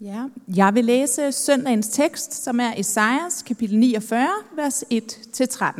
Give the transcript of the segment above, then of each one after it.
Ja, jeg vil læse søndagens tekst, som er Esajas kapitel 49, vers 1-13.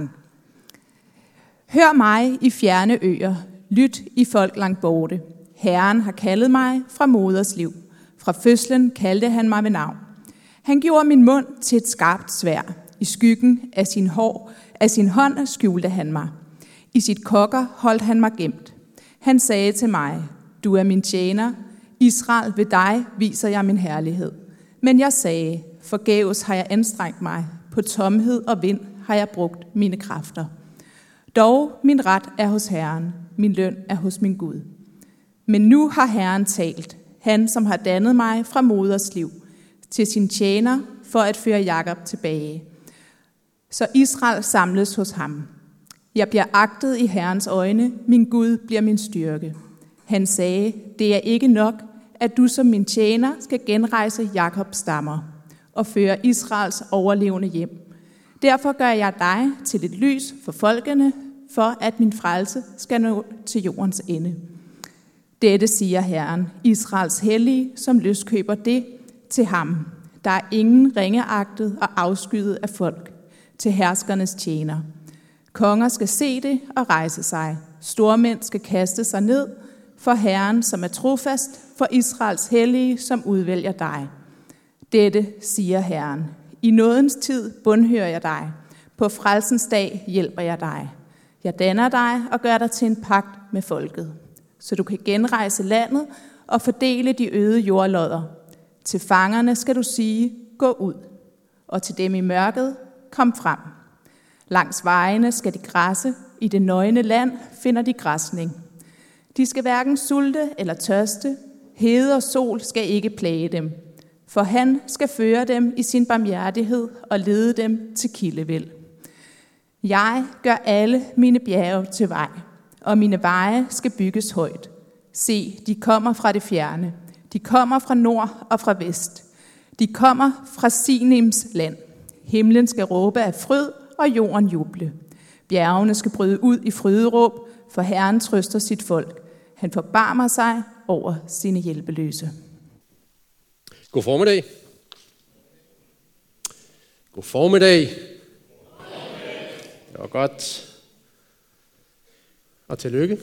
Hør mig i fjerne øer, lyt i folk langt borte. Herren har kaldet mig fra moders liv. Fra fødslen kaldte han mig ved navn. Han gjorde min mund til et skarpt sværd. I skyggen af sin hånd skjulte han mig. I sit kokker holdt han mig gemt. Han sagde til mig, du er min tjener. Israel, ved dig viser jeg min herlighed. Men jeg sagde, forgæves har jeg anstrengt mig. På tomhed og vind har jeg brugt mine kræfter. Dog min ret er hos Herren, min løn er hos min Gud. Men nu har Herren talt, han som har dannet mig fra moders liv, til sin tjener for at føre Jakob tilbage. Så Israel samles hos ham. Jeg bliver agtet i Herrens øjne, min Gud bliver min styrke. Han sagde, det er ikke nok, at du som min tjener skal genrejse Jakobs stammer og føre Israels overlevende hjem. Derfor gør jeg dig til et lys for folkene, for at min frelse skal nå til jordens ende. Dette siger Herren, Israels hellige, som løskøber det til ham. Der er ingen ringeagtet og afskyet af folk, til herskernes tjener. Konger skal se det og rejse sig. Stormænd skal kaste sig ned for Herren, som er trofast, for Israels hellige, som udvælger dig. Dette siger Herren. I nådens tid bundhører jeg dig. På frelsens dag hjælper jeg dig. Jeg danner dig og gør dig til en pagt med folket, så du kan genrejse landet og fordele de øde jordlodder. Til fangerne skal du sige, gå ud, og til dem i mørket, kom frem. Langs vejene skal de græsse, i det nøgne land finder de græsning. De skal hverken sulte eller tørste, hede og sol skal ikke plage dem, for han skal føre dem i sin barmhjertighed og lede dem til kildevæld. Jeg gør alle mine bjerge til vej, og mine veje skal bygges højt. Se, de kommer fra det fjerne. De kommer fra nord og fra vest. De kommer fra Sinims land. Himlen skal råbe af fryd, og jorden juble. Bjergene skal bryde ud i fryderåb, for Herren trøster sit folk. Han forbarmer sig over sine hjælpeløse. God formiddag. God formiddag. Det var godt. Og tillykke.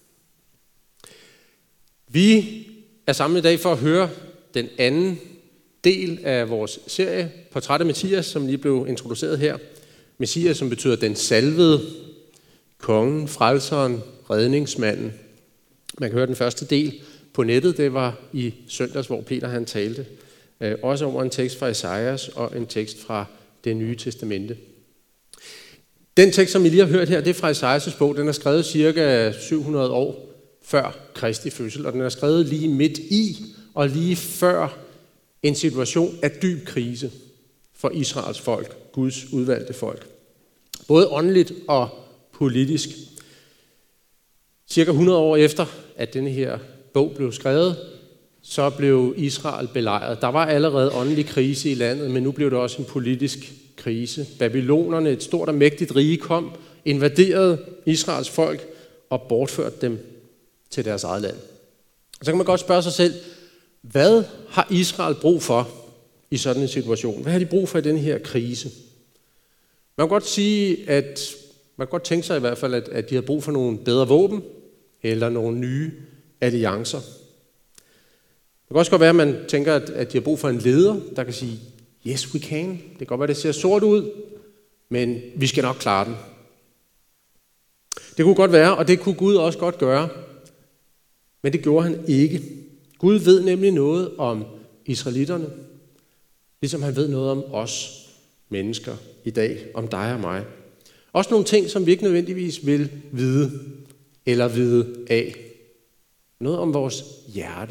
Vi er samlet i dag for at høre den anden del af vores serie, Portræt af Messias, som lige blev introduceret her. Messias, som betyder den salvede, kongen, frelseren, redningsmanden. Man kan høre den første del på nettet, det var i søndags, hvor Peter han talte. Også over en tekst fra Esajas og en tekst fra Det Nye Testamente. Den tekst, som I lige har hørt her, det er fra Esajas' bog. Den er skrevet cirka 700 år før Kristi fødsel, og den er skrevet lige midt i og lige før en situation af dyb krise for Israels folk, Guds udvalgte folk. Både åndeligt og politisk. Cirka 100 år efter, at denne her bog blev skrevet, så blev Israel belejret. Der var allerede åndelig krise i landet, men nu blev det også en politisk krise. Babylonerne, et stort og mægtigt rige, kom, invaderede Israels folk og bortførte dem til deres eget land. Så kan man godt spørge sig selv, hvad har Israel brug for i sådan en situation? Hvad har de brug for i denne her krise? Man kan godt sige, at man kan godt tænke sig i hvert fald, at de har brug for nogle bedre våben eller nogle nye alliancer. Det kan også godt være, at man tænker, at de har brug for en leder, der kan sige, yes, we can. Det kan godt være, det ser sort ud, men vi skal nok klare den. Det kunne godt være, og det kunne Gud også godt gøre, men det gjorde han ikke. Gud ved nemlig noget om israelitterne, ligesom han ved noget om os mennesker i dag, om dig og mig. Også nogle ting, som vi ikke nødvendigvis vil vide eller vide af. Noget om vores hjerte.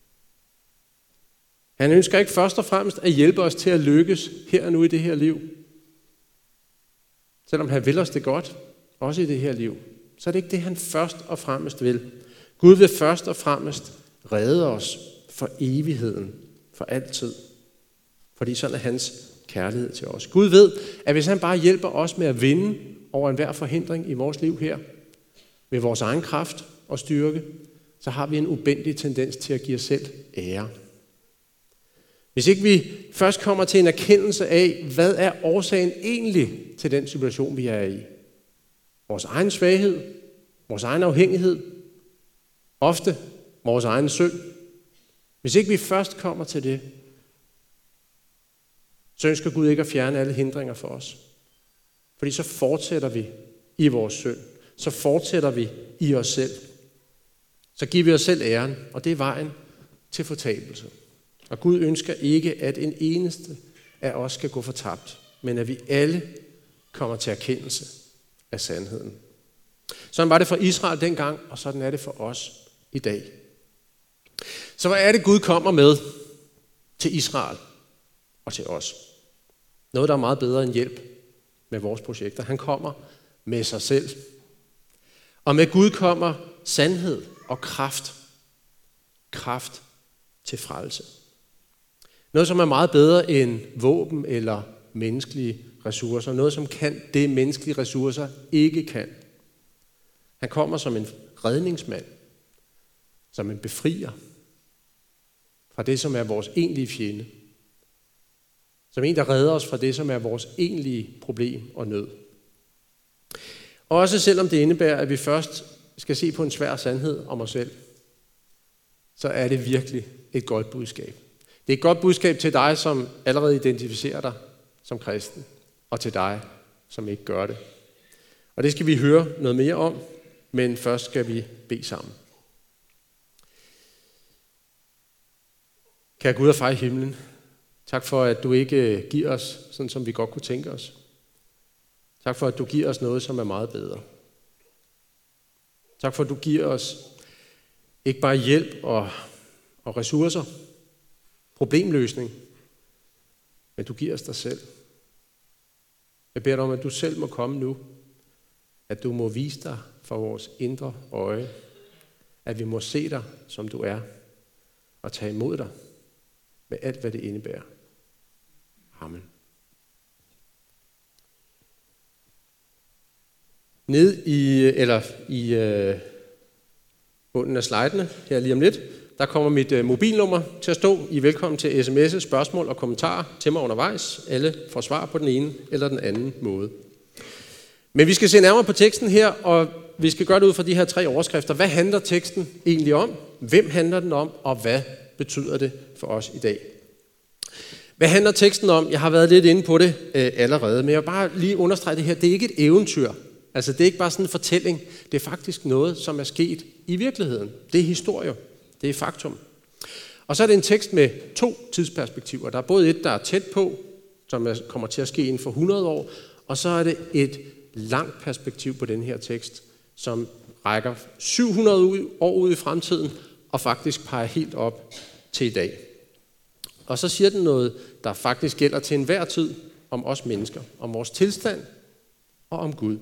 Han ønsker ikke først og fremmest at hjælpe os til at lykkes her og nu i det her liv. Selvom han vil os det godt, også i det her liv, så er det ikke det, han først og fremmest vil. Gud vil først og fremmest redde os for evigheden, for altid. Fordi sådan er hans kærlighed til os. Gud ved, at hvis han bare hjælper os med at vinde over enhver forhindring i vores liv her, med vores egen kraft og styrke, så har vi en ubændig tendens til at give os selv ære. Hvis ikke vi først kommer til en erkendelse af, hvad er årsagen egentlig til den situation, vi er i. Vores egen svaghed, vores egen afhængighed, ofte vores egen synd. Hvis ikke vi først kommer til det, så ønsker Gud ikke at fjerne alle hindringer for os. Fordi så fortsætter vi i vores synd. Så fortsætter vi i os selv. Så giver vi os selv æren, og det er vejen til fortabelse. Og Gud ønsker ikke, at en eneste af os skal gå fortabt, men at vi alle kommer til erkendelse af sandheden. Sådan var det for Israel dengang, og sådan er det for os i dag. Så hvad er det, Gud kommer med til Israel og til os? Noget, der er meget bedre end hjælp med vores projekter. Han kommer med sig selv. Og med Gud kommer sandhed og kraft. Kraft til frelse. Noget, som er meget bedre end våben eller menneskelige ressourcer. Noget, som kan det, menneskelige ressourcer ikke kan. Han kommer som en redningsmand. Som en befrier. Fra det, som er vores egentlige fjende. Som en, der redder os fra det, som er vores egentlige problem og nød. Også selvom det indebærer, at vi først skal se på en svær sandhed om os selv, så er det virkelig et godt budskab. Det er et godt budskab til dig, som allerede identificerer dig som kristen, og til dig, som ikke gør det. Og det skal vi høre noget mere om, men først skal vi bede sammen. Kære Gud og far i himlen, tak for, at du ikke giver os, sådan som vi godt kunne tænke os. Tak for, at du giver os noget, som er meget bedre. Tak for, at du giver os ikke bare hjælp og ressourcer, problemløsning, men du giver os dig selv. Jeg beder dig om, at du selv må komme nu, at du må vise dig for vores indre øje, at vi må se dig, som du er, og tage imod dig med alt, hvad det indebærer. Amen. Ned i bunden af slidene, her lige om lidt, der kommer mit mobilnummer til at stå. I er velkommen til sms'e, spørgsmål og kommentarer til mig undervejs. Alle får svar på den ene eller den anden måde. Men vi skal se nærmere på teksten her, og vi skal gøre det ud fra de her 3 overskrifter. Hvad handler teksten egentlig om? Hvem handler den om? Og hvad betyder det for os i dag? Hvad handler teksten om? Jeg har været lidt inde på det allerede, men jeg vil bare lige understrege det her. Det er ikke et eventyr. Altså det er ikke bare sådan en fortælling. Det er faktisk noget, som er sket i virkeligheden. Det er historie. Det er faktum. Og så er det en tekst med 2 tidsperspektiver. Der er både et, der er tæt på, som kommer til at ske inden for 100 år, og så er det et langt perspektiv på den her tekst, som rækker 700 år ud i fremtiden, og faktisk peger helt op til i dag. Og så siger den noget, der faktisk gælder til enhver tid om os mennesker, om vores tilstand og om Gud.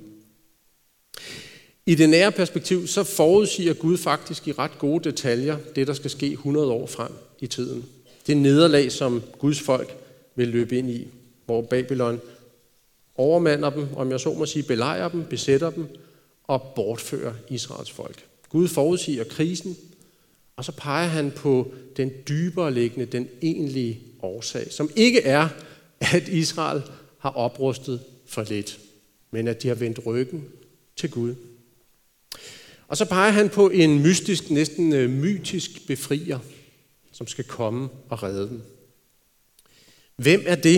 I det nære perspektiv, så forudsiger Gud faktisk i ret gode detaljer det, der skal ske 100 år frem i tiden. Det nederlag, som Guds folk vil løbe ind i, hvor Babylon overmander dem, om jeg så må sige, belejrer dem, besætter dem og bortfører Israels folk. Gud forudsiger krisen, og så peger han på den dybere liggende, den egentlige årsag, som ikke er, at Israel har oprustet for lidt, men at de har vendt ryggen til Gud. Og så peger han på en mystisk, næsten mytisk befrier, som skal komme og redde dem. Hvem er det?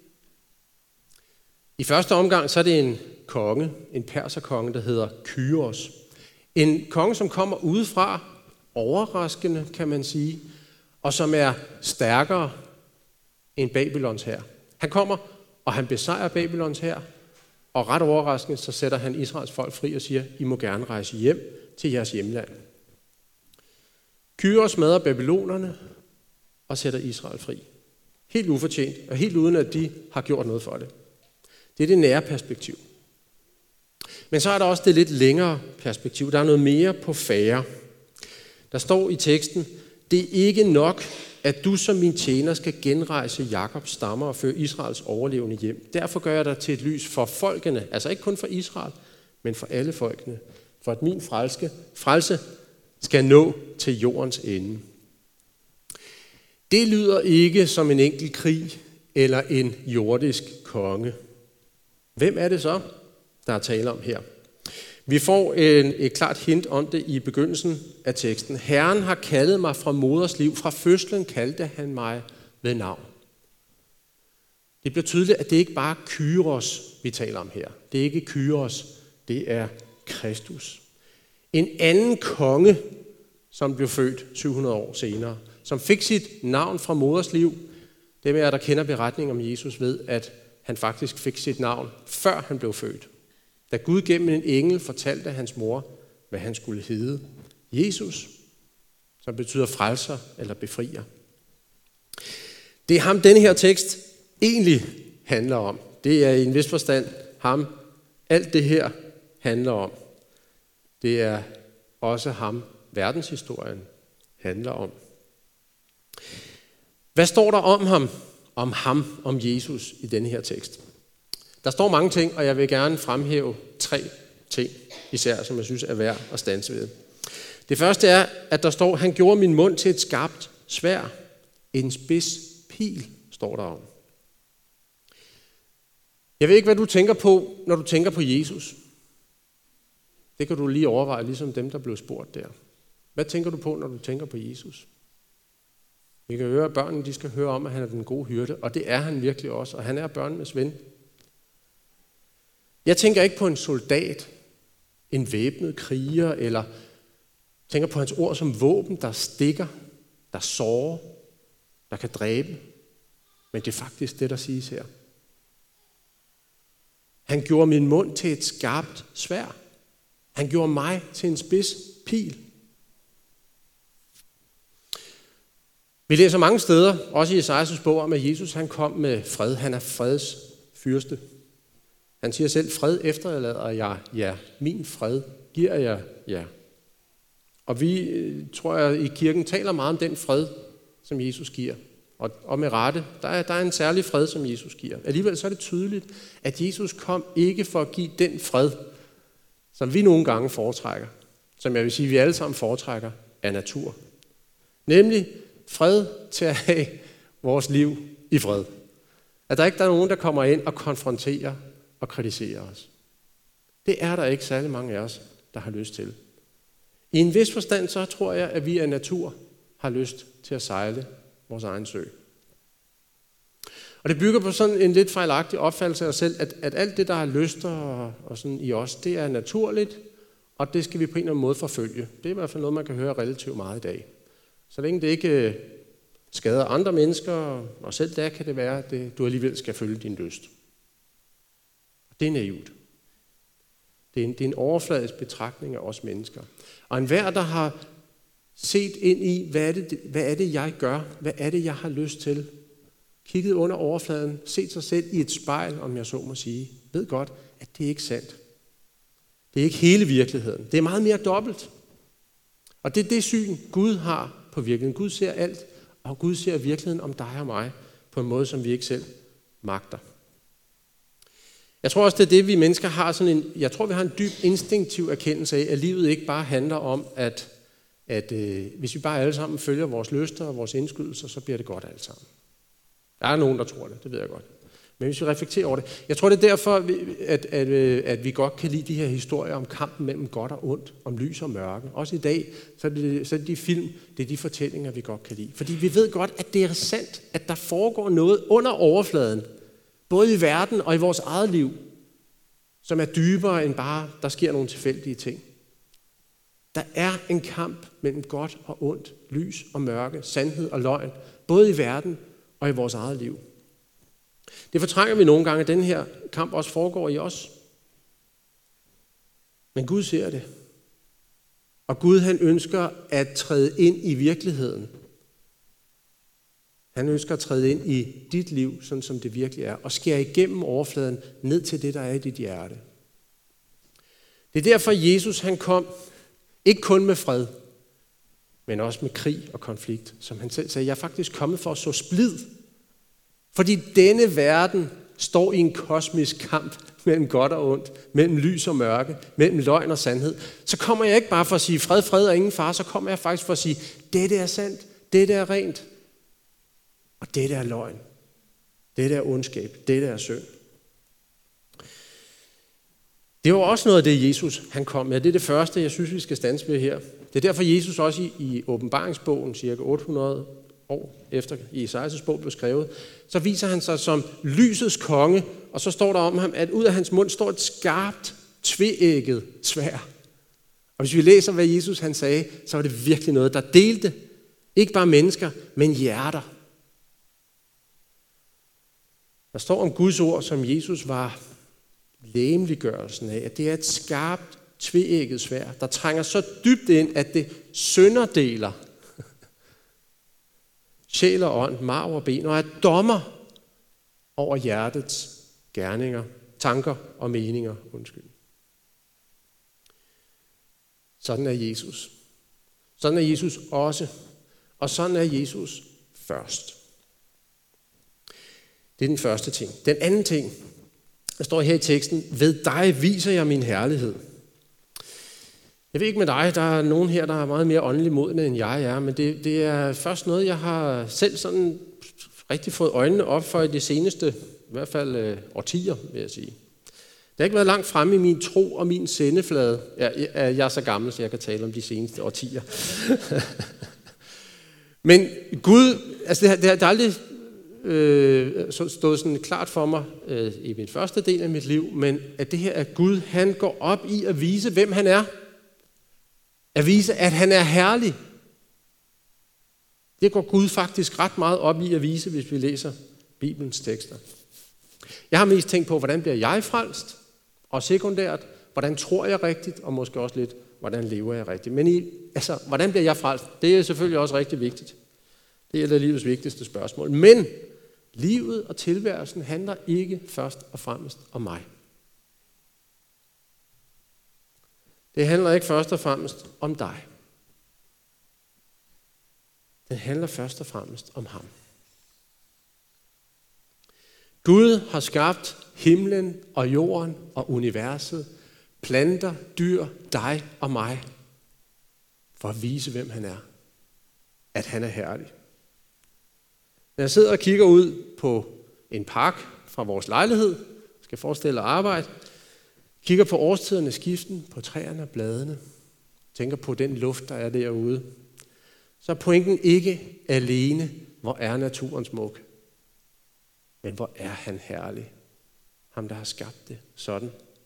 I første omgang så er det en konge, en perserkonge, der hedder Kyros. En konge, som kommer udefra, overraskende kan man sige, og som er stærkere end Babylons hær. Han kommer, og han besejrer Babylons hær, og ret overraskende så sætter han Israels folk fri og siger, I må gerne rejse hjem til jeres hjemland. Kyros smadrer babylonerne og sætter Israel fri. Helt ufortjent, og helt uden at de har gjort noget for det. Det er det nære perspektiv. Men så er der også det lidt længere perspektiv. Der er noget mere på færre. Der står i teksten, det er ikke nok, at du som min tjener skal genrejse Jakobs stammer og føre Israels overlevende hjem. Derfor gør jeg dig til et lys for folkene, altså ikke kun for Israel, men for alle folkene, for at min frelse skal nå til jordens ende. Det lyder ikke som en enkelt krig eller en jordisk konge. Hvem er det så, der er tale om her? Vi får et klart hint om det i begyndelsen af teksten. Herren har kaldet mig fra moders liv. Fra fødslen kaldte han mig ved navn. Det bliver tydeligt, at det ikke bare er Kyros, vi taler om her. Det er ikke Kyros, det er Kristus. En anden konge, som blev født 700 år senere, som fik sit navn fra moders liv. Dem er der kender beretningen om Jesus ved, at han faktisk fik sit navn, før han blev født. Da Gud gennem en engel fortalte hans mor, hvad han skulle hedde. Jesus, som betyder frelser eller befrier. Det er ham, denne her tekst egentlig handler om. Det er i en vis forstand ham, alt det her handler om. Det er også ham, verdenshistorien handler om. Hvad står der om ham, om Jesus i denne her tekst? Der står mange ting, og jeg vil gerne fremhæve 3 ting, især som jeg synes er værd at standse ved. Det første er, at der står, han gjorde min mund til et skarpt sværd. En spids pil, står der om. Jeg ved ikke, hvad du tænker på, når du tænker på Jesus. Det kan du lige overveje, ligesom dem, der blev spurgt der. Hvad tænker du på, når du tænker på Jesus? Vi kan høre, at børnene de skal høre om, at han er den gode hyrde, og det er han virkelig også, og han er børnenes ven. Jeg tænker ikke på en soldat, en væbnet kriger, eller tænker på hans ord som våben, der stikker, der sårer, der kan dræbe. Men det er faktisk det, der siges her. Han gjorde min mund til et skarpt sværd. Han gjorde mig til en spids pil. Vi læser mange steder, også i Esajas bog, om at Jesus han kom med fred. Han er freds fyrste. Han siger selv, fred efterlader jeg jer. Min fred giver jeg jer. Og vi, tror jeg, i kirken taler meget om den fred, som Jesus giver. Og med rette, der er en særlig fred, som Jesus giver. Alligevel så er det tydeligt, at Jesus kom ikke for at give den fred, som vi nogle gange foretrækker. Som jeg vil sige, vi alle sammen foretrækker af natur. Nemlig fred til at have vores liv i fred. At der ikke er nogen, der kommer ind og konfronterer og kritiserer os. Det er der ikke særlig mange af os, der har lyst til. I en vis forstand, så tror jeg, at vi af natur har lyst til at sejle vores egen sø. Og det bygger på sådan en lidt fejlagtig opfattelse af os selv, at alt det, der har lyst og sådan i os, det er naturligt, og det skal vi på en eller anden måde forfølge. Det er i hvert fald noget, man kan høre relativt meget i dag. Så længe det ikke skader andre mennesker, og selv der kan det være, at du alligevel skal følge din lyst. Det er naivt. Det er en overfladisk betragtning af os mennesker. Og enhver, der har set ind i, hvad er det, jeg gør? Hvad er det, jeg har lyst til? Kigget under overfladen, set sig selv i et spejl, om jeg så må sige, ved godt, at det er ikke sandt. Det er ikke hele virkeligheden. Det er meget mere dobbelt. Og det er det syn, Gud har på virkeligheden. Gud ser alt, og Gud ser virkeligheden om dig og mig på en måde, som vi ikke selv magter. Jeg tror også, det er det, vi mennesker har vi har en dyb instinktiv erkendelse af, at livet ikke bare handler om, at hvis vi bare alle sammen følger vores lyster og vores indskydelser, så bliver det godt alt sammen. Der er nogen, der tror det ved jeg godt. Men hvis vi reflekterer over det. Jeg tror, det er derfor, at vi godt kan lide de her historier om kampen mellem godt og ondt, om lys og mørke. Også i dag, så er det de film, det er de fortællinger, vi godt kan lide. Fordi vi ved godt, at det er sandt, at der foregår noget under overfladen, både i verden og i vores eget liv, som er dybere end bare, der sker nogle tilfældige ting. Der er en kamp mellem godt og ondt, lys og mørke, sandhed og løgn, både i verden og i vores eget liv. Det fortrænger vi nogle gange, at den her kamp også foregår i os. Men Gud ser det. Og Gud han ønsker at træde ind i virkeligheden. Han ønsker at træde ind i dit liv, sådan som det virkelig er, og skære igennem overfladen ned til det, der er i dit hjerte. Det er derfor, Jesus han kom, ikke kun med fred, men også med krig og konflikt. Som han selv sagde, jeg er faktisk kommet for at så splid. Fordi denne verden står i en kosmisk kamp mellem godt og ondt, mellem lys og mørke, mellem løgn og sandhed. Så kommer jeg ikke bare for at sige fred, fred og ingen far, så kommer jeg faktisk for at sige, dette er sandt, dette er rent. dette er løgn. Dette er ondskab. Dette er synd. Det var også noget af det, Jesus han kom med. Det er det første, jeg synes, vi skal standse ved her. Det er derfor, Jesus også i åbenbaringsbogen, cirka 800 år efter i Esajas bog blev skrevet, så viser han sig som lysets konge, og så står der om ham, at ud af hans mund står et skarpt, tveægget sværd. Og hvis vi læser, hvad Jesus han sagde, så var det virkelig noget, der delte ikke bare mennesker, men hjerter. Der står om Guds ord, som Jesus var legemliggørelsen af, at det er et skarpt, tveægget sværd, der trænger så dybt ind, at det sønderdeler sjæl og ånd, marv og ben, og er dommer over hjertets gerninger, tanker og meninger. Sådan er Jesus. Sådan er Jesus også. Og sådan er Jesus først. Det er den første ting. Den anden ting, der står her i teksten, ved dig viser jeg min herlighed. Jeg ved ikke med dig, der er nogen her, der er meget mere åndelig modne, end jeg er, men det er først noget, jeg har selv sådan rigtig fået øjnene op for i de seneste, i hvert fald årtier, vil jeg sige. Det har ikke været langt fremme i min tro og min sendeflade. Jeg er så gammel, så jeg kan tale om de seneste årtier. Men Gud, altså det har aldrig stået sådan klart for mig i min første del af mit liv, men at det her er Gud, han går op i at vise, hvem han er. At vise, at han er herlig. Det går Gud faktisk ret meget op i at vise, hvis vi læser Bibelens tekster. Jeg har mest tænkt på, hvordan bliver jeg frelst? Og sekundært, hvordan tror jeg rigtigt? Og måske også lidt, hvordan lever jeg rigtigt? Men hvordan bliver jeg frelst? Det er selvfølgelig også rigtig vigtigt. Det er livets vigtigste spørgsmål. Men livet og tilværelsen handler ikke først og fremmest om mig. Det handler ikke først og fremmest om dig. Det handler først og fremmest om ham. Gud har skabt himlen og jorden og universet, planter, dyr, dig og mig, for at vise, hvem han er. At han er herlig. Når jeg sidder og kigger ud på en park fra vores lejlighed, skal forestille at arbejde, kigger på årstidernes skiften, på træerne og bladene, tænker på den luft, der er derude, så er pointen ikke alene, hvor er naturen smuk, men hvor er han herlig. Ham, der har skabt det sådan.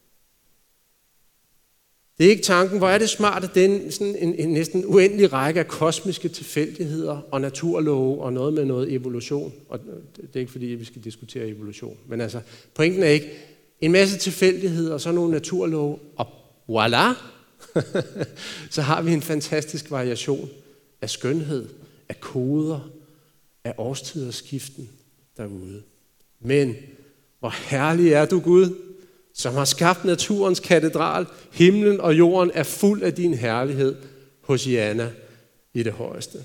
Det er ikke tanken, hvor er det smart, at den sådan en næsten uendelig række af kosmiske tilfældigheder og naturlove og noget med noget evolution. Og det er ikke fordi, vi skal diskutere evolution. Men altså, pointen er ikke en masse tilfældigheder og så nogle naturlove. Og voilà, så har vi en fantastisk variation af skønhed, af koder, af årstiders skiften derude. Men hvor herlig er du, Gud, som har skabt naturens katedral. Himlen og jorden er fuld af din herlighed, Hosianna i det højeste.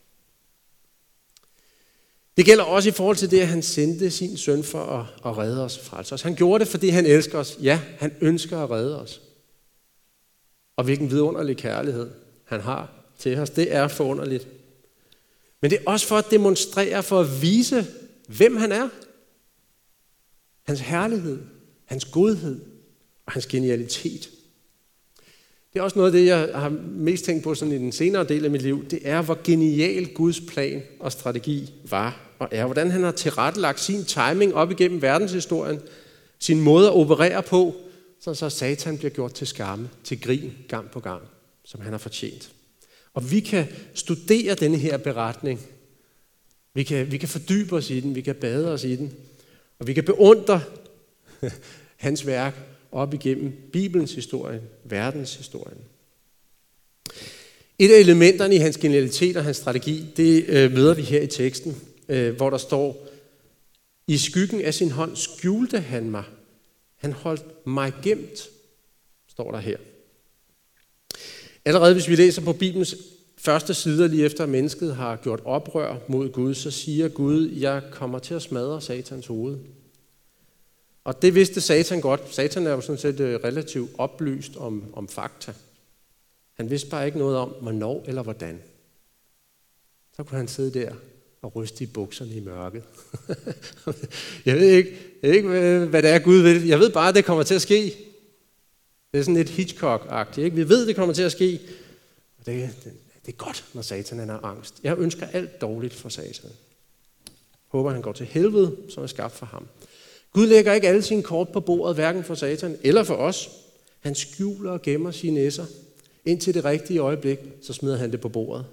Det gælder også i forhold til det, at han sendte sin søn for at redde os fra os. Han gjorde det, fordi han elsker os. Ja, han ønsker at redde os. Og hvilken vidunderlig kærlighed han har til os. Det er forunderligt. Men det er også for at demonstrere, for at vise, hvem han er. Hans herlighed, hans godhed og hans genialitet. Det er også noget af det, jeg har mest tænkt på sådan i den senere del af mit liv. Det er, hvor genial Guds plan og strategi var og er. Hvordan han har tilrettelagt sin timing op igennem verdenshistorien. Sin måde at operere på, så Satan bliver gjort til skamme, til grin gang på gang, som han har fortjent. Og vi kan studere denne her beretning. Vi kan fordybe os i den, vi kan bade os i den. Og vi kan beundre hans værk op igennem Bibelens historie, verdenshistorien. Et af elementerne i hans genialitet og hans strategi, det møder vi her i teksten, hvor der står, i skyggen af sin hånd skjulte han mig. Han holdt mig gemt, står der her. Allerede hvis vi læser på Bibelens første sider lige efter, at mennesket har gjort oprør mod Gud, så siger Gud, jeg kommer til at smadre Satans hoved. Og det vidste Satan godt. Satan er jo sådan set relativt oplyst om fakta. Han vidste bare ikke noget om, hvornår eller hvordan. Så kunne han sidde der og ryste i bukserne i mørket. Jeg ved ikke, hvad det er, Gud vil. Jeg ved bare, at det kommer til at ske. Det er sådan lidt Hitchcock-agtigt. Ikke? Vi ved, det kommer til at ske. Og det er godt, når Satan har angst. Jeg ønsker alt dårligt for Satan. Håber, han går til helvede, som er skabt for ham. Gud lægger ikke alle sine kort på bordet, hverken for Satan eller for os. Han skjuler og gemmer sine næser. Indtil det rigtige øjeblik, så smider han det på bordet.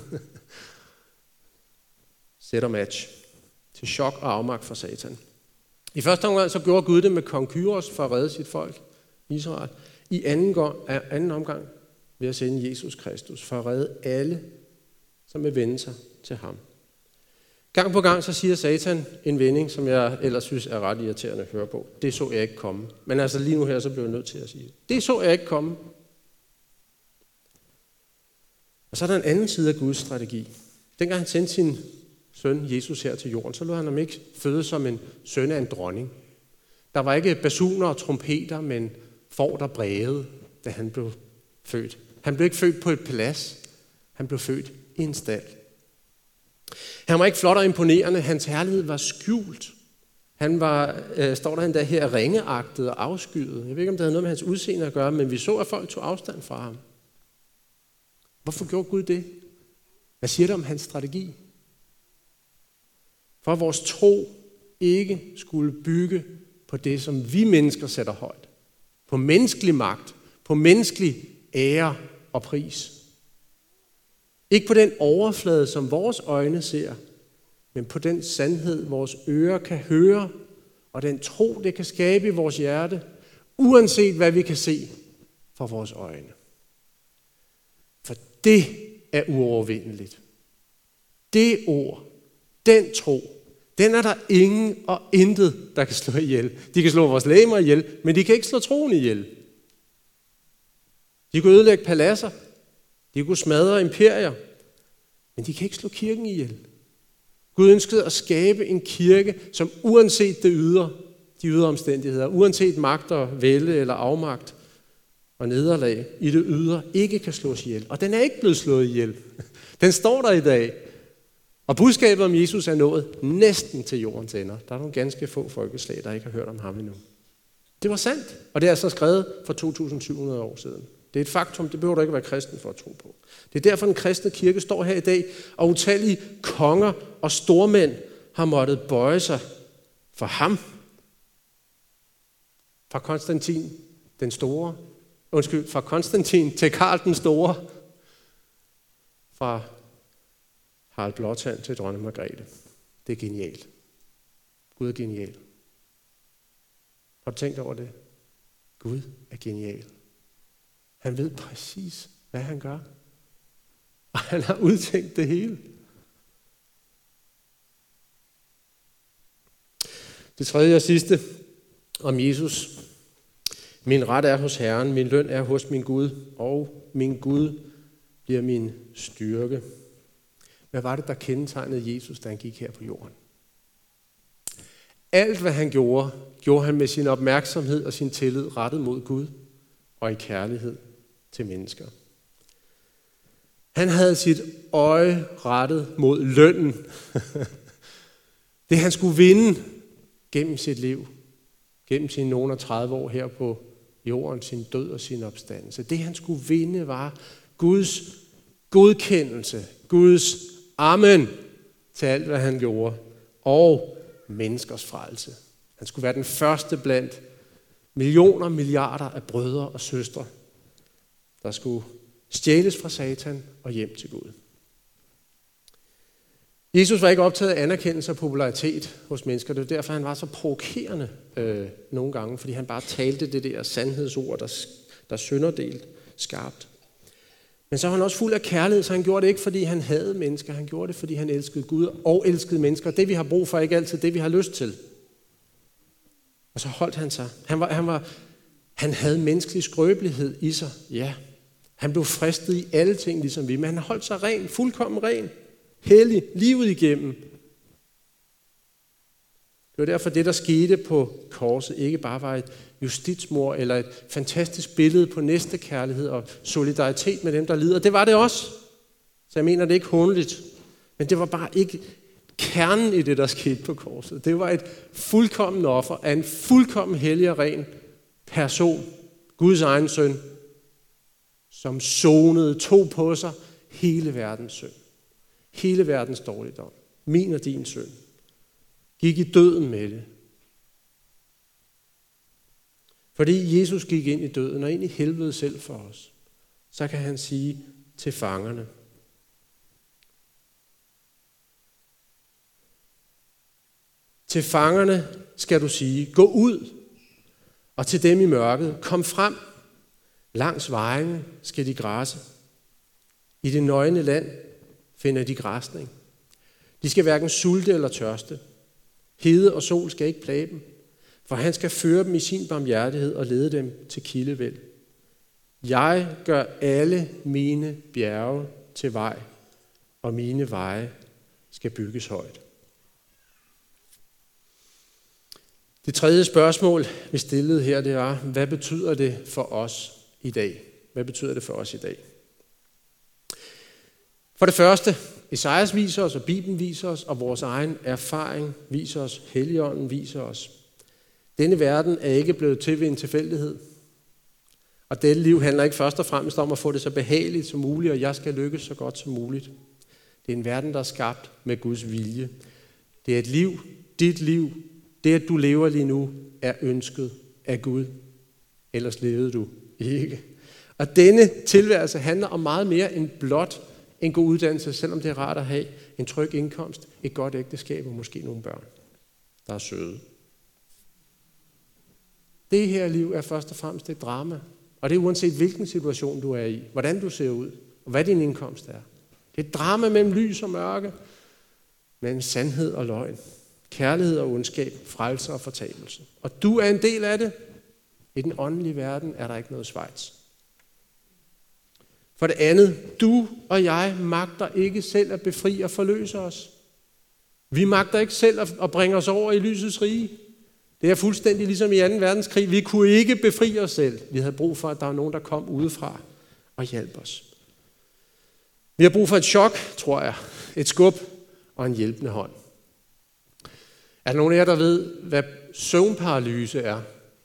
Set og match. Til chok og afmagt for Satan. I første omgang så gjorde Gud det med kong Kyros for at redde sit folk, Israel. I anden omgang ved at sende Jesus Kristus for at redde alle, som vil vende sig til ham. Gang på gang så siger Satan en vending, som jeg ellers synes er ret irriterende at høre på. Det så jeg ikke komme. Men altså lige nu her, så bliver jeg nødt til at sige det. Det så jeg ikke komme. Og så er der en anden side af Guds strategi. Dengang han sendte sin søn Jesus her til jorden, så lod han ham ikke føde som en søn af en dronning. Der var ikke basuner og trompeter, men får der brægede, da han blev født. Han blev ikke født på et palads. Han blev født i en stald. Han var ikke flot og imponerende. Hans herlighed var skjult. Han var, står der endda her, ringeagtet og afskyet. Jeg ved ikke, om det havde noget med hans udseende at gøre, men vi så, at folk tog afstand fra ham. Hvorfor gjorde Gud det? Hvad siger det om hans strategi? For at vores tro ikke skulle bygge på det, som vi mennesker sætter højt. På menneskelig magt, på menneskelig ære og pris. Ikke på den overflade, som vores øjne ser, men på den sandhed, vores ører kan høre, og den tro, det kan skabe i vores hjerte, uanset hvad vi kan se for vores øjne. For det er uovervindeligt. Det ord, den tro, den er der ingen og intet, der kan slå ihjel. De kan slå vores legemer ihjel, men de kan ikke slå troen ihjel. De kan ødelægge paladser. De kunne smadre imperier. Men de kan ikke slå kirken ihjel. Gud ønskede at skabe en kirke, som uanset de ydre omstændigheder, uanset magt og vælde eller afmagt og nederlag i det ydre, ikke kan slås ihjel. Og den er ikke blevet slået ihjel. Den står der i dag. Og budskabet om Jesus er nået næsten til jordens ender. Der er nogle ganske få folkeslag, der ikke har hørt om ham endnu. Det var sandt, og det er altså skrevet for 2700 år siden. Det er et faktum, det behøver du ikke være kristen for at tro på. Det er derfor, den kristne kirke står her i dag, og utallige konger og stormænd har måttet bøje sig for ham. Fra Konstantin til Karl den Store. Fra Harald Blåtand til dronning Margrethe. Det er genialt. Gud er genial. Har du tænkt over det? Gud er genial. Han ved præcis, hvad han gør. Og han har udtænkt det hele. Det tredje og sidste om Jesus. Min ret er hos Herren, min løn er hos min Gud, og min Gud bliver min styrke. Hvad var det, der kendetegnede Jesus, da han gik her på jorden? Alt, hvad han gjorde, gjorde han med sin opmærksomhed og sin tillid rettet mod Gud og i kærlighed til mennesker. Han havde sit øje rettet mod lønnen. Det han skulle vinde gennem sit liv, gennem sine nogen 30 år her på jorden, sin død og sin opstandelse. Det han skulle vinde var Guds godkendelse, Guds amen til alt, hvad han gjorde, og menneskers frelse. Han skulle være den første blandt millioner, milliarder af brødre og søstre, der skulle stjæles fra Satan og hjem til Gud. Jesus var ikke optaget af anerkendelse og popularitet hos mennesker. Det var derfor, han var så provokerende nogle gange, fordi han bare talte det der sandhedsord, der sønderdelt skarpt. Men så var han også fuld af kærlighed, så han gjorde det ikke, fordi han havde mennesker. Han gjorde det, fordi han elskede Gud og elskede mennesker. Det, vi har brug for, er ikke altid det, vi har lyst til. Og så holdt han sig. Han havde menneskelig skrøbelighed i sig, ja. Han blev fristet i alle ting, ligesom vi, men han holdt sig ren, fuldkommen ren, hellig, livet igennem. Det var derfor, det, der skete på korset, ikke bare var et justitsmord eller et fantastisk billede på næstekærlighed og solidaritet med dem, der lider. Det var det også. Så jeg mener, det er ikke hånligt. Men det var bare ikke kernen i det, der skete på korset. Det var et fuldkommen offer af en fuldkommen hellig og ren person, Guds egen søn, som sonede, tog på sig hele verdens synd. Hele verdens dårligdom. Min og din synd. Gik i døden med det. Fordi Jesus gik ind i døden og ind i helvede selv for os, så kan han sige til fangerne: til fangerne skal du sige, gå ud, og til dem i mørket, kom frem. Langs vejen skal de græsse. I det nøgne land finder de græsning. De skal hverken sulte eller tørste. Hede og sol skal ikke plage dem, for han skal føre dem i sin barmhjertighed og lede dem til kildevæld. Jeg gør alle mine bjerge til vej, og mine veje skal bygges højt. Det tredje spørgsmål, vi stillede her, det var, hvad betyder det for os i dag? Hvad betyder det for os i dag? For det første, Esajas viser os, og Bibelen viser os, og vores egen erfaring viser os, Helligånden viser os. Denne verden er ikke blevet til ved en tilfældighed. Og dette liv handler ikke først og fremmest om at få det så behageligt som muligt, og jeg skal lykkes så godt som muligt. Det er en verden, der er skabt med Guds vilje. Det er et liv, dit liv, det at du lever lige nu, er ønsket af Gud. Ellers levede du ikke. Og denne tilværelse handler om meget mere end blot en god uddannelse, selvom det er rart at have en tryg indkomst, et godt ægteskab og måske nogle børn, der er søde. Det her liv er først og fremmest et drama. Og det er uanset hvilken situation du er i, hvordan du ser ud, og hvad din indkomst er. Det er et drama mellem lys og mørke, mellem sandhed og løgn, kærlighed og ondskab, frelse og fortabelse. Og du er en del af det. I den åndelige verden er der ikke noget Schweiz. For det andet, du og jeg magter ikke selv at befri og forløse os. Vi magter ikke selv at bringe os over i lysets rige. Det er fuldstændig ligesom i 2. verdenskrig. Vi kunne ikke befri os selv. Vi havde brug for, at der var nogen, der kom udefra og hjalp os. Vi har brug for et chok, tror jeg. Et skub og en hjælpende hånd. Er der nogen af jer, der ved, hvad søvnparalyse er?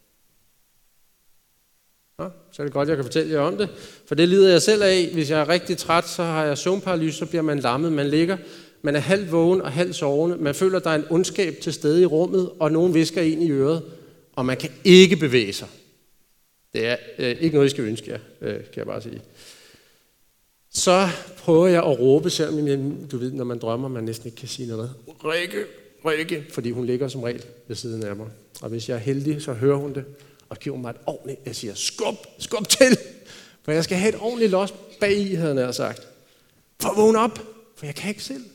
Ja, så er det godt, jeg kan fortælle jer om det. For det lider jeg selv af. Hvis jeg er rigtig træt, så har jeg søvnparalyse, så bliver man lammet. Man ligger, man er halvt vågen og halvt sovende. Man føler, der er en ondskab til stede i rummet, og nogen visker ind i øret, og man kan ikke bevæge sig. Det er ikke noget, I skal ønske jer, kan jeg bare sige. Så prøver jeg at råbe, selvom du ved, når man drømmer, man næsten ikke kan sige noget. Rikke, fordi hun ligger som regel ved siden af mig. Og hvis jeg er heldig, så hører hun det, og giver mig et ordentligt, jeg siger, skub til, for jeg skal have et ordentligt los bag i, havde jeg sagt. For at vågne op, for jeg kan ikke selv.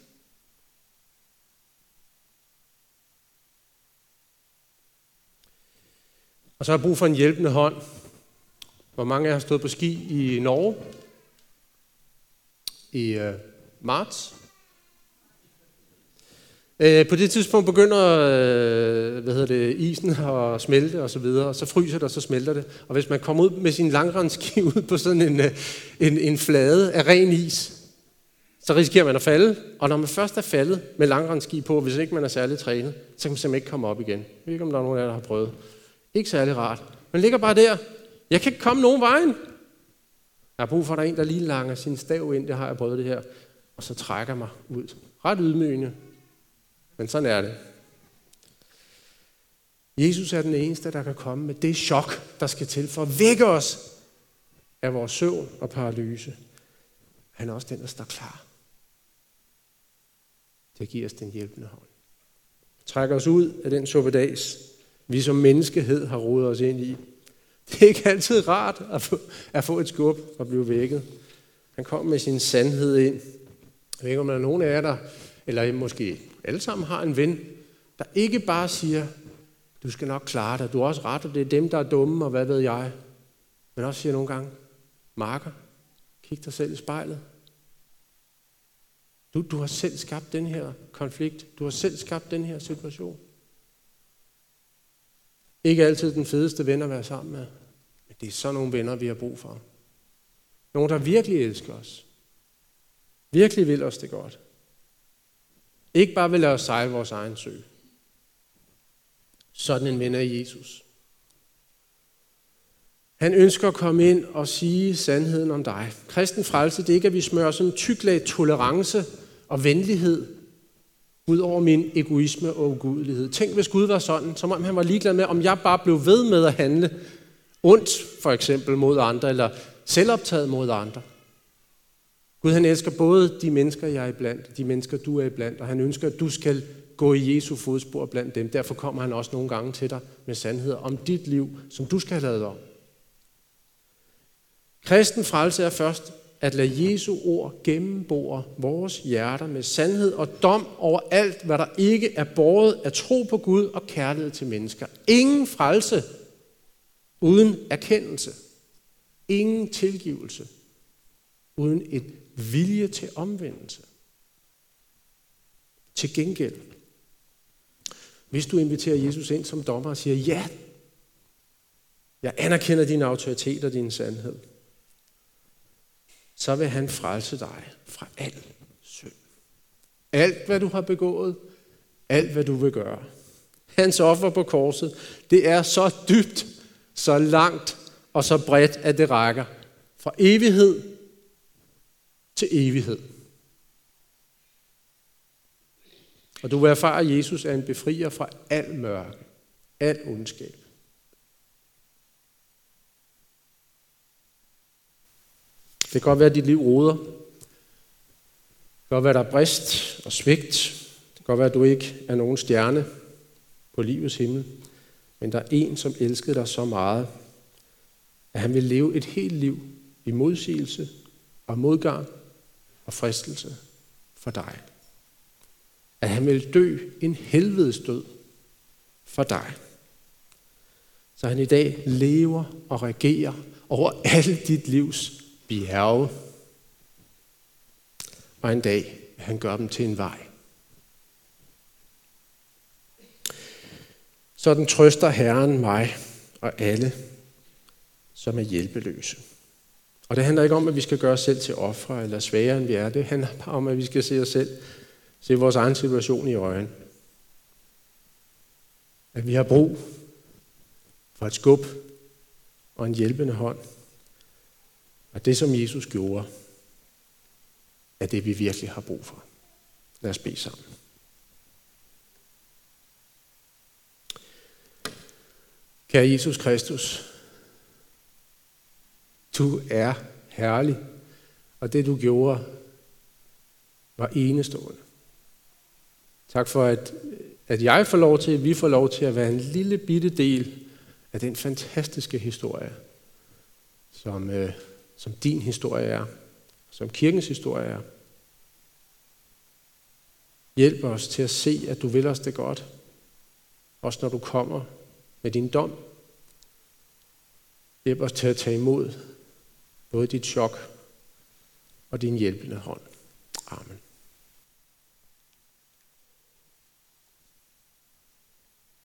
Og så har jeg brug for en hjælpende hånd. Hvor mange af jer har stået på ski i Norge i marts? På det tidspunkt begynder isen at smelte og så videre, og så fryser det, og så smelter det. Og hvis man kommer ud med sin langrendski ud på sådan en flade af ren is, så risikerer man at falde. Og når man først er faldet med langrendski på, hvis ikke man er særlig trænet, så kan man simpelthen ikke komme op igen. Jeg ved ikke, om der er nogen af jer, der har prøvet. Ikke særlig rart. Man ligger bare der. Jeg kan ikke komme nogen vejen. Jeg har brug for, at der er en, der lige langer sin stav ind. Det har jeg prøvet det her. Og så trækker mig ud. Ret ydmygende. Men sådan er det. Jesus er den eneste, der kan komme med det chok, der skal til for at vække os af vores søvn og paralyse. Han er også den, der står klar. Det giver os den hjælpende hånd. Trækker os ud af den suppedas, vi som menneskehed har rodet os ind i. Det er ikke altid rart at få et skub og blive vækket. Han kom med sin sandhed ind. Jeg ved ikke, om der er nogen af jer, der, eller måske alle sammen har en ven, der ikke bare siger, du skal nok klare dig, du har også ret, og det er dem, der er dumme, og hvad ved jeg. Men også siger nogle gange, Marker, kig dig selv i spejlet. Du har selv skabt den her konflikt. Du har selv skabt den her situation. Ikke altid den fedeste ven at være sammen med. Men det er sådan nogle venner, vi har brug for. Nogle, der virkelig elsker os. Virkelig vil os det godt. Ikke bare vil lade os sejle vores egen sø. Sådan en ven er Jesus. Han ønsker at komme ind og sige sandheden om dig. Kristen frelse, det er ikke, at vi smører sådan en tyk lag tolerance og venlighed ud over min egoisme og ugudelighed. Tænk, hvis Gud var sådan, som om han var ligeglad med, om jeg bare blev ved med at handle ondt, for eksempel mod andre, eller selvoptaget mod andre. Gud, han elsker både de mennesker, jeg er iblandt, de mennesker, du er iblandt, og han ønsker, at du skal gå i Jesu fodspor blandt dem. Derfor kommer han også nogle gange til dig med sandheder om dit liv, som du skal have lavet om. Kristen frelse er først at lade Jesu ord gennembore vores hjerter med sandhed og dom over alt, hvad der ikke er båret af tro på Gud og kærlighed til mennesker. Ingen frelse uden erkendelse. Ingen tilgivelse uden et vilje til omvendelse. Til gengæld, hvis du inviterer Jesus ind som dommer og siger, ja, jeg anerkender din autoritet og din sandhed, så vil han frelse dig fra al synd. Alt, hvad du har begået, alt, hvad du vil gøre. Hans offer på korset, det er så dybt, så langt og så bredt, at det rækker fra evighed til evighed. Og du vil erfare, at Jesus er en befrier fra al mørke, al ondskab. Det kan godt være, at dit liv roder. Det kan godt være, at der er brist og svigt. Det kan godt være, at du ikke er nogen stjerne på livets himmel. Men der er en, som elskede dig så meget, at han vil leve et helt liv i modsigelse og modgang og fristelse for dig. At han vil dø en helvedes død for dig. Så han i dag lever og regerer over alle dit livs bjerge. Og en dag vil han gøre dem til en vej. Sådan trøster Herren mig og alle, som er hjælpeløse. Og det handler ikke om, at vi skal gøre os selv til ofre eller svagere end vi er. Det handler bare om, at vi skal se os selv, se vores egen situation i øjnene. At vi har brug for et skub og en hjælpende hånd. Og det, som Jesus gjorde, er det, vi virkelig har brug for. Lad os bede sammen. Kære Jesus Kristus, du er herlig, og det du gjorde var enestående. Tak for, at jeg får lov til, at vi får lov til at være en lille bitte del af den fantastiske historie, som din historie er, som kirkens historie er. Hjælp os til at se, at du vil os det godt, også når du kommer med din dom. Hjælp os til at tage imod både dit chok og din hjælpende hånd. Amen.